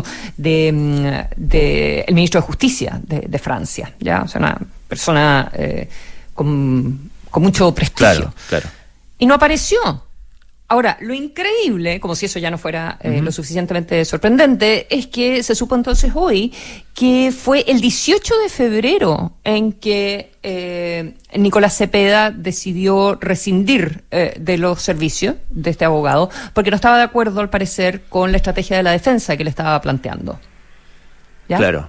de, de el ministro de Justicia de, de Francia, ya, o sea, una persona eh, con, con mucho prestigio. Claro, claro. Y no apareció. Ahora, lo increíble, como si eso ya no fuera eh, uh-huh. lo suficientemente sorprendente, es que se supo entonces hoy que fue el dieciocho de febrero en que eh, Nicolás Cepeda decidió rescindir eh, de los servicios de este abogado, porque no estaba de acuerdo, al parecer, con la estrategia de la defensa que le estaba planteando. ¿Ya? Claro.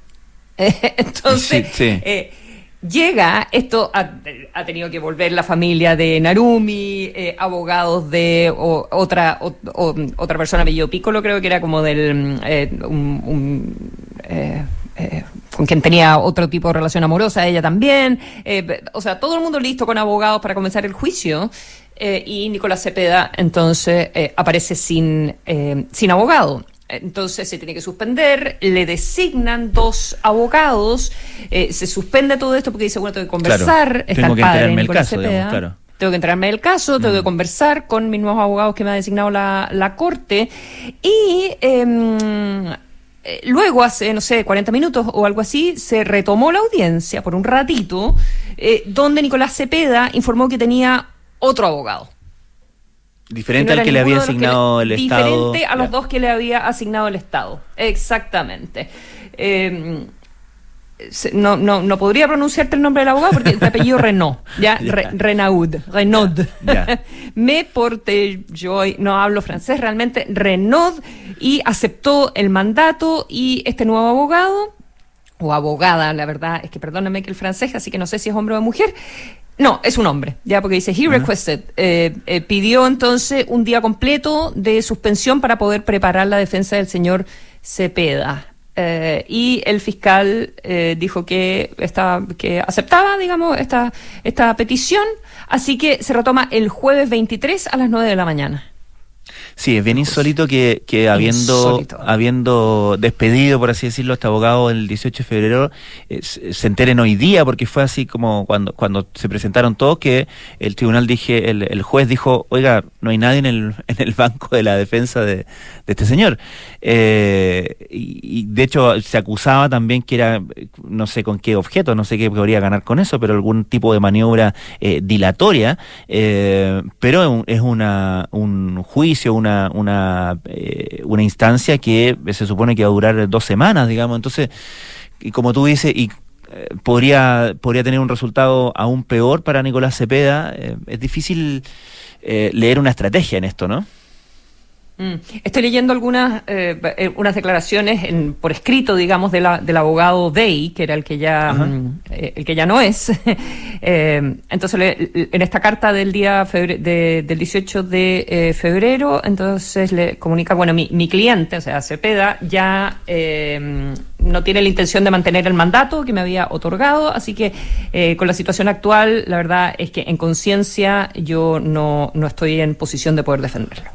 Eh, entonces... Sí, sí. Eh, Llega, esto ha, ha tenido que volver la familia de Narumi, eh, abogados de o, otra o, o, otra persona, apellido Piccolo, creo que era como del eh, un, un, eh, eh, con quien tenía otro tipo de relación amorosa, ella también, eh, o sea, todo el mundo listo con abogados para comenzar el juicio. eh, y Nicolás Cepeda entonces eh, aparece sin, eh, sin abogado. Entonces se tiene que suspender, le designan dos abogados, eh, se suspende todo esto porque dice, bueno, tengo que conversar, claro, está tengo el que padre enterarme el Nicolás caso, Cepeda, digamos, claro. Tengo que enterarme del caso, tengo mm. que conversar con mis nuevos abogados que me ha designado la, la Corte, y eh, luego hace, no sé, cuarenta minutos o algo así, se retomó la audiencia por un ratito, eh, donde Nicolás Cepeda informó que tenía otro abogado. Diferente no al que le había le, asignado el diferente Estado. Diferente a los ya. dos que le había asignado el Estado. Exactamente. Eh, no, no, no podría pronunciarte el nombre del abogado porque es de apellido Renaud. ¿Ya? ya. Re, Renaud. Renaud. Ya. Me porté, yo no hablo francés realmente, Renaud, y aceptó el mandato, y este nuevo abogado, o abogada, la verdad, es que perdóname que el francés, así que no sé si es hombre o mujer. No, es un hombre, ya, porque dice, he requested, eh, eh, pidió entonces un día completo de suspensión para poder preparar la defensa del señor Cepeda. Eh, y el fiscal eh, dijo que, estaba, que aceptaba, digamos, esta, esta petición, así que se retoma el jueves veintitrés a las nueve de la mañana. Sí, es bien insólito que, que habiendo insólito. habiendo despedido, por así decirlo, a este abogado el dieciocho de febrero, eh, se enteren hoy día, porque fue así como cuando cuando se presentaron todos, que el tribunal, dije el, el juez dijo, oiga, no hay nadie en el en el banco de la defensa de, de este señor. Eh, y, y de hecho se acusaba también que era, no sé con qué objeto, no sé qué podría ganar con eso, pero algún tipo de maniobra eh, dilatoria, eh, pero es una un juicio, una una una, eh, una instancia que se supone que va a durar dos semanas, digamos. Entonces, y como tú dices, y eh, podría podría tener un resultado aún peor para Nicolás Cepeda. Eh, es difícil eh, leer una estrategia en esto, ¿no? Mm. Estoy leyendo algunas eh, unas declaraciones en, por escrito, digamos, de la, del abogado Dey, que era el que ya mm, eh, el que ya no es. eh, entonces, le, en esta carta del día febre, de, del dieciocho de eh, febrero, entonces le comunica, bueno, mi, mi cliente, o sea, Cepeda, ya eh, no tiene la intención de mantener el mandato que me había otorgado, así que eh, con la situación actual, la verdad es que en conciencia yo no, no estoy en posición de poder defenderlo.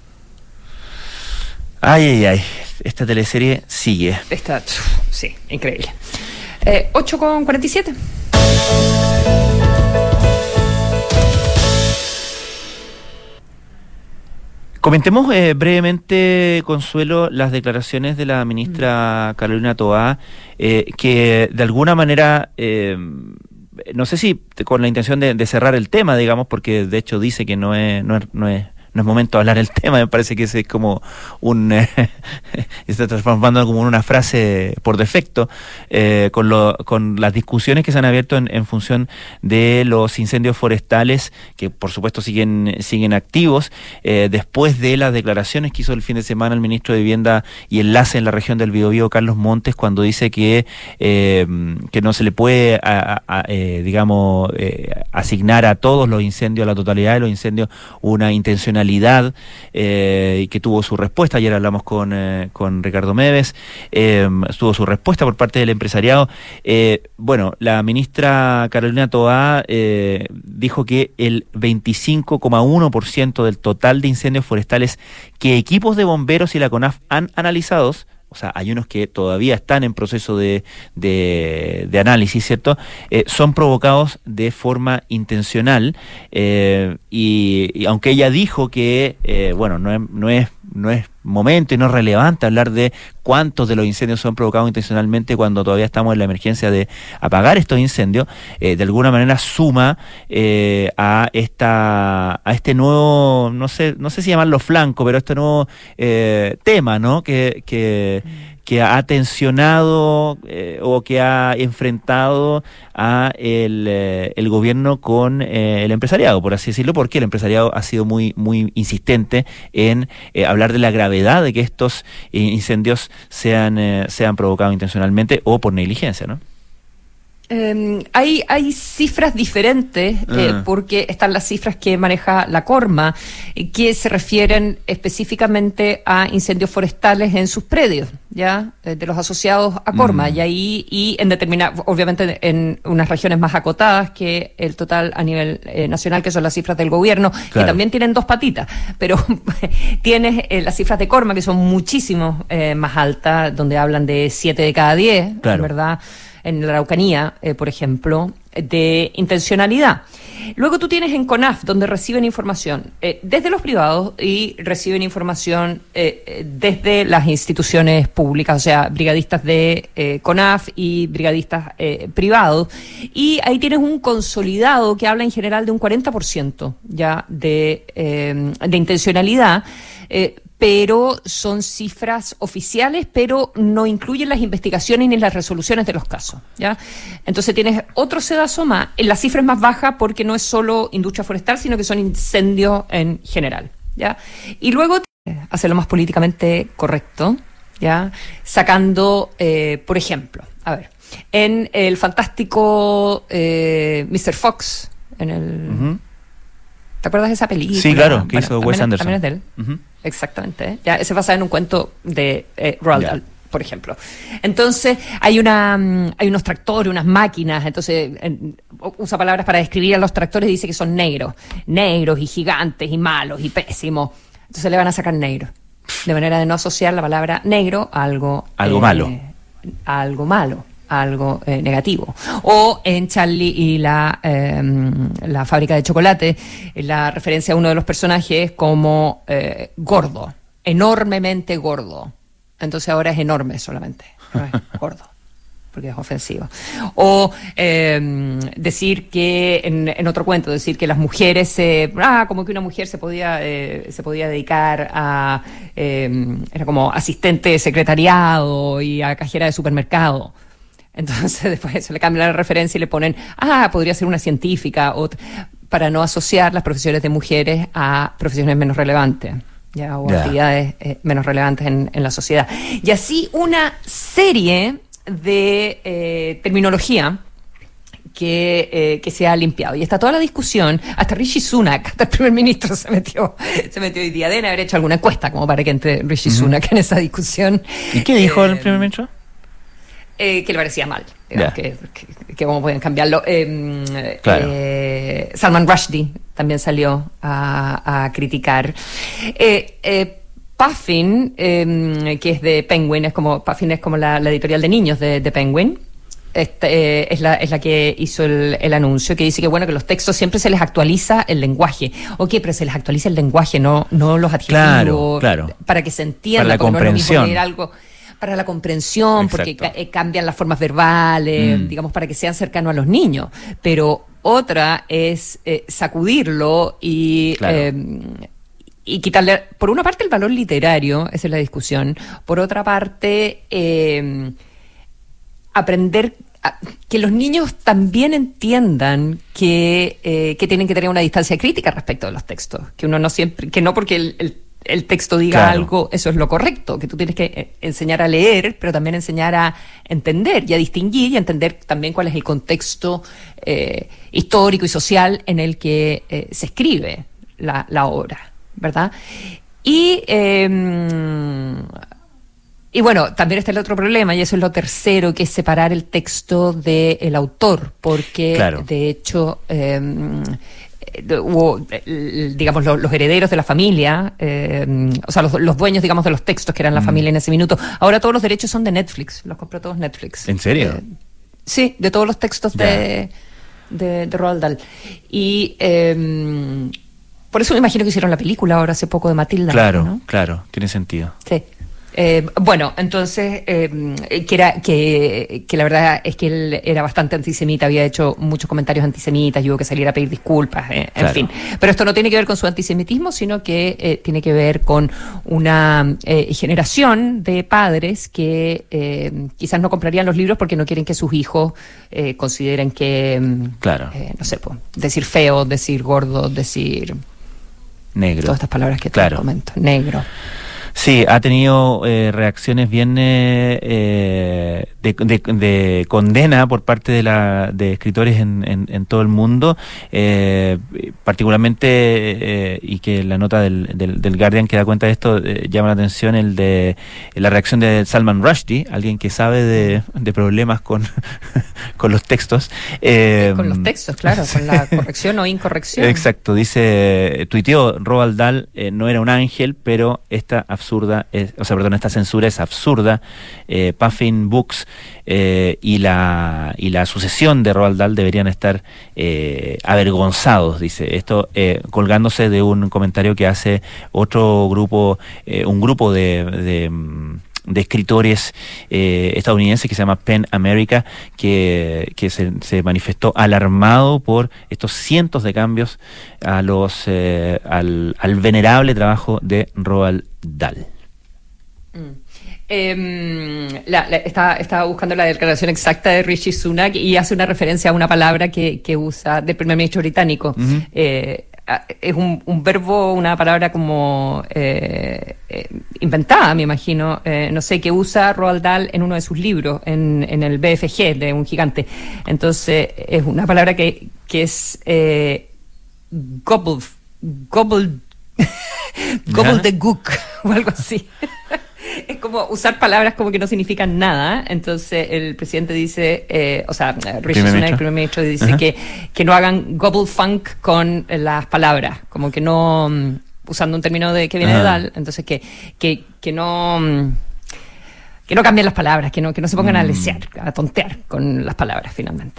Ay, ay, ay, esta teleserie sigue. Está, sí, increíble. Eh, ocho con cuarenta y siete. Comentemos eh, brevemente, Consuelo, las declaraciones de la ministra mm. Carolina Toá, eh, que de alguna manera, eh, no sé si con la intención de, de cerrar el tema, digamos, porque de hecho dice que no es, no es, no es no es momento de hablar del tema, me parece que ese es como un eh, está transformando como en una frase por defecto, eh, con lo, con las discusiones que se han abierto en, en función de los incendios forestales, que por supuesto siguen siguen activos, eh, después de las declaraciones que hizo el fin de semana el ministro de Vivienda y Enlace en la región del Biobío, Carlos Montes, cuando dice que eh, que no se le puede a, a, a, eh, digamos eh, asignar a todos los incendios, a la totalidad de los incendios, una intencionalidad Eh, y que tuvo su respuesta. Ayer hablamos con, eh, con Ricardo Meves, eh, tuvo su respuesta por parte del empresariado. Eh, bueno, la ministra Carolina Toá eh, dijo que el veinticinco coma uno por ciento del total de incendios forestales que equipos de bomberos y la CONAF han analizados, o sea, hay unos que todavía están en proceso de, de, de análisis, ¿cierto? Eh, son provocados de forma intencional, eh, y, y aunque ella dijo que, eh, bueno, no es, no es, no es momento y no es relevante hablar de cuántos de los incendios son provocados intencionalmente cuando todavía estamos en la emergencia de apagar estos incendios, eh, de alguna manera suma eh, a esta a este nuevo, no sé no sé si llamarlo flanco, pero este nuevo eh, tema, ¿no? Que, que que ha tensionado eh, o que ha enfrentado a el, eh, el gobierno con eh, el empresariado, por así decirlo, porque el empresariado ha sido muy muy insistente en eh, hablar de la gravedad de que estos eh, incendios sean eh, sean provocados intencionalmente o por negligencia, ¿no? Eh, hay, hay cifras diferentes eh, Ah. porque están las cifras que maneja la Corma, eh, que se refieren específicamente a incendios forestales en sus predios, ya eh, de los asociados a Corma, Mm. y ahí y en determinadas, obviamente en unas regiones más acotadas que el total a nivel eh, nacional, que son las cifras del gobierno, que Claro. también tienen dos patitas, pero tienes eh, las cifras de Corma, que son muchísimo eh, más altas, donde hablan de siete de cada diez, Claro. ¿verdad? En la Araucanía, eh, por ejemplo, de intencionalidad. Luego tú tienes en CONAF, donde reciben información eh, desde los privados y reciben información eh, eh, desde las instituciones públicas, o sea, brigadistas de eh, CONAF y brigadistas eh, privados. Y ahí tienes un consolidado que habla en general de un cuarenta por ciento ya de, eh, de intencionalidad. Eh, pero son cifras oficiales, pero no incluyen las investigaciones ni las resoluciones de los casos, ¿ya? Entonces tienes otro sedazo más. La cifra es más baja porque no es solo industria forestal, sino que son incendios en general, ¿ya? Y luego eh, hace lo más políticamente correcto, ¿ya? Sacando, eh, por ejemplo, a ver, en el fantástico eh, mister Fox, en el... Ujú. ¿Te acuerdas de esa película? Sí, claro, que hizo también Wes es- Anderson. También es de él. Ujú. Exactamente. ¿eh? Ya, ese basado en un cuento de eh, Roald Ya. Dahl, por ejemplo. Entonces, hay una mm, hay unos tractores, unas máquinas, entonces en- usa palabras para describir a los tractores y dice que son negros. Negros y gigantes y malos y pésimos. Entonces le van a sacar negro. De manera de no asociar la palabra negro a algo... Algo malo. A algo malo. A algo eh, negativo. O en Charlie y la, eh, la fábrica de chocolate, la referencia a uno de los personajes como eh, gordo, enormemente gordo. Entonces ahora es enorme solamente, no es gordo, porque es ofensivo. O eh, decir que, en, en otro cuento, decir que las mujeres, se, ah, como que una mujer se podía, eh, se podía dedicar a, eh, era como asistente de secretariado y a cajera de supermercado. Entonces después se le cambia la referencia y le ponen, ah, podría ser una científica, o t- para no asociar las profesiones de mujeres a profesiones menos relevantes, ya, o Ya. actividades eh, menos relevantes en, en la sociedad. Y así una serie de eh, terminología que, eh, que se ha limpiado. Y está toda la discusión, hasta Rishi Sunak, hasta el primer ministro se metió, se metió hoy día, deben haber hecho alguna encuesta como para que entre Rishi Ujú. Sunak en esa discusión. ¿Y qué dijo el primer ministro? Eh, que le parecía mal, digamos, Ya. que, que, que cómo pueden cambiarlo. Eh, Claro. eh, Salman Rushdie también salió a, a criticar. Eh, eh, Puffin, eh, que es de Penguin, es como Puffin es como la, la editorial de niños de, de Penguin. Este, eh, es, la, es la que hizo el, el anuncio, que dice que bueno, que los textos siempre se les actualiza el lenguaje. Ok, pero se les actualiza el lenguaje, no, no los adjetivos. Claro, claro. Para que se entienda, Para la porque no es lo mismo comprensión. leer algo para la comprensión, porque ca- eh, cambian las formas verbales, Mm. digamos, para que sean cercanos a los niños. Pero otra es eh, sacudirlo y, Claro. eh, y quitarle, por una parte, el valor literario, esa es la discusión, por otra parte, eh, aprender a- que los niños también entiendan que, eh, que tienen que tener una distancia crítica respecto de los textos, que uno no siempre, que no porque el, el el texto diga Claro. algo, eso es lo correcto, que tú tienes que eh, enseñar a leer, pero también enseñar a entender y a distinguir y a entender también cuál es el contexto eh, histórico y social en el que eh, se escribe la, la obra, ¿verdad? Y, eh, y bueno, también está el otro problema, y eso es lo tercero, que es separar el texto del autor, porque Claro. de hecho... eh, de- hubo, eh, digamos, lo- los herederos de la familia, eh, o sea, los, los dueños, digamos, de los textos que eran la Mm. familia en ese minuto. Ahora todos los derechos son de Netflix, los compró todos Netflix. ¿En serio? Eh, sí, de todos los textos Ya. de, de, de Roald Dahl. Y eh, por eso me imagino que hicieron la película ahora hace poco de Matilda. Claro, ¿no? claro, tiene sentido. Sí. Eh, bueno, entonces, eh, que, era, que, que la verdad es que él era bastante antisemita, había hecho muchos comentarios antisemitas y hubo que salir a pedir disculpas, eh, en Claro. fin. Pero esto no tiene que ver con su antisemitismo, sino que eh, tiene que ver con una eh, generación de padres que eh, quizás no comprarían los libros porque no quieren que sus hijos eh, consideren que, mm, Claro. eh, no sé, pues, decir feo, decir gordo, decir Negro. todas estas palabras que te Claro. comento, negro. Sí, ha tenido eh, reacciones bien eh, eh, de, de, de condena por parte de la de escritores en, en, en todo el mundo, eh, particularmente, eh, y que la nota del, del, del Guardian que da cuenta de esto eh, llama la atención, el de la reacción de Salman Rushdie, alguien que sabe de, de problemas con, con los textos. Eh, con los textos, claro, con la corrección o incorrección. Exacto, dice, tuiteó, Roald Dahl eh, no era un ángel, pero esta absurda, es, o sea, perdón, esta censura es absurda. eh, Puffin Books eh, y la y la sucesión de Roald Dahl deberían estar eh, avergonzados, dice esto, eh, colgándose de un comentario que hace otro grupo, eh, un grupo de, de de escritores eh, estadounidenses que se llama PEN America, que, que se, se manifestó alarmado por estos cientos de cambios a los eh, al, al venerable trabajo de Roald Dahl. Mm. Eh, la, la, estaba, estaba buscando la declaración exacta de Rishi Sunak y hace una referencia a una palabra que, que usa del primer ministro británico. Uh-huh. eh, es un, un verbo, una palabra como eh, eh, inventada, me imagino, eh, no sé, que usa Roald Dahl en uno de sus libros, en, en el B F G de un gigante. Entonces es una palabra que, que es eh, gobble, gobble, gobble the gook o algo así. Es como usar palabras como que no significan nada. Entonces el presidente dice, eh, o sea, Rishi Sunak, el primer ministro, dice uh-huh. que, que no hagan gobble funk con las palabras, como que no, um, usando un término de que viene uh-huh. de Dahl, entonces que, que, que no um, que no cambien las palabras, que no, que no se pongan mm. a lesear, a tontear con las palabras finalmente.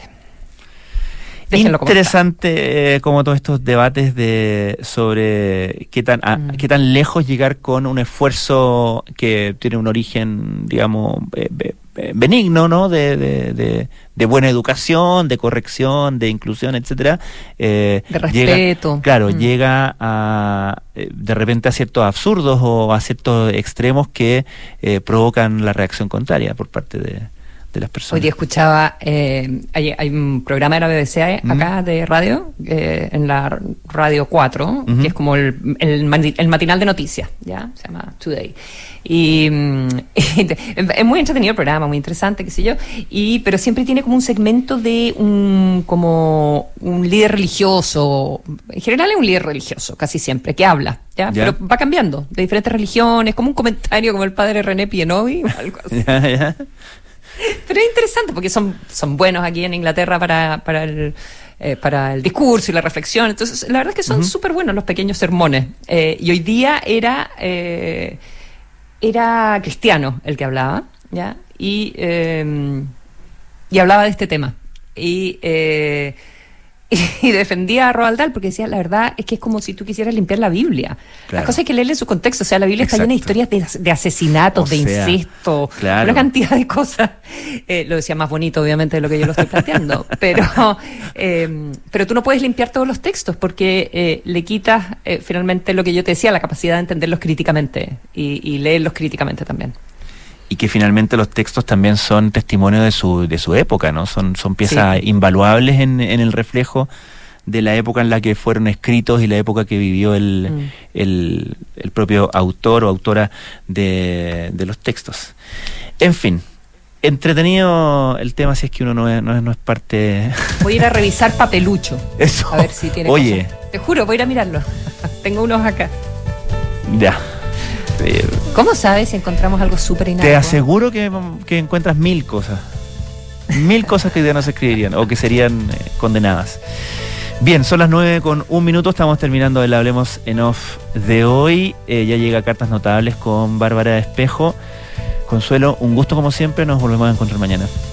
Déjenlo Interesante eh, como todos estos debates de sobre qué tan a, mm. qué tan lejos llegar con un esfuerzo que tiene un origen, digamos, eh, eh, benigno, ¿no? De, de, de, de buena educación, de corrección, de inclusión, etcétera. Eh, de respeto. Llega, claro, mm. llega a eh, de repente a ciertos absurdos o a ciertos extremos que eh, provocan la reacción contraria por parte de de las personas. Hoy día escuchaba, eh, hay, hay un programa de la B B C acá uh-huh. de radio, eh, en la Radio cuatro, uh-huh. que es como el, el, el matinal de noticias, ¿ya? Se llama Today. Y, y es muy entretenido el programa, muy interesante, qué sé yo, y pero siempre tiene como un segmento de un como un líder religioso, en general es un líder religioso, casi siempre, que habla, ¿ya? ¿Ya? Pero va cambiando, de diferentes religiones, como un comentario como el padre René Pienovi o algo así. ¿Ya, ya? Pero es interesante porque son, son buenos aquí en Inglaterra para, para, el, eh, para el discurso y la reflexión. Entonces, la verdad es que son súper uh-huh. buenos los pequeños sermones. Eh, y hoy día era eh, era cristiano el que hablaba, ¿ya? Y, eh, y hablaba de este tema. Y... Eh, y defendía a Roald Dahl porque decía, la verdad es que es como si tú quisieras limpiar la Biblia. Claro. Las cosas hay que leerle en su contexto. O sea, la Biblia Exacto. está llena de historias de, de asesinatos, o de sea, incesto, claro. una cantidad de cosas. Eh, lo decía más bonito, obviamente, de lo que yo lo estoy planteando. pero eh, pero tú no puedes limpiar todos los textos porque eh, le quitas eh, finalmente lo que yo te decía, la capacidad de entenderlos críticamente y, y leerlos críticamente también. Y que finalmente los textos también son testimonio de su de su época, ¿no? Son son piezas sí. invaluables en, en el reflejo de la época en la que fueron escritos y la época que vivió el, mm. el, el propio autor o autora de, de los textos. En fin, entretenido el tema si es que uno no es, no es, no es parte... Voy a ir a revisar Papelucho. Eso. A ver si tiene Oye. cosas. Te juro, voy a ir a mirarlo. Tengo unos acá. Ya. ¿Cómo sabes si encontramos algo súper inadecuado? Te aseguro que, que encuentras mil cosas. Mil cosas que ya no se escribirían o que serían eh, condenadas. Bien, son las nueve con un minuto. Estamos terminando el Hablemos en Off de hoy. Eh, ya llega Cartas Notables con Bárbara Espejo. Consuelo, un gusto como siempre. Nos volvemos a encontrar mañana.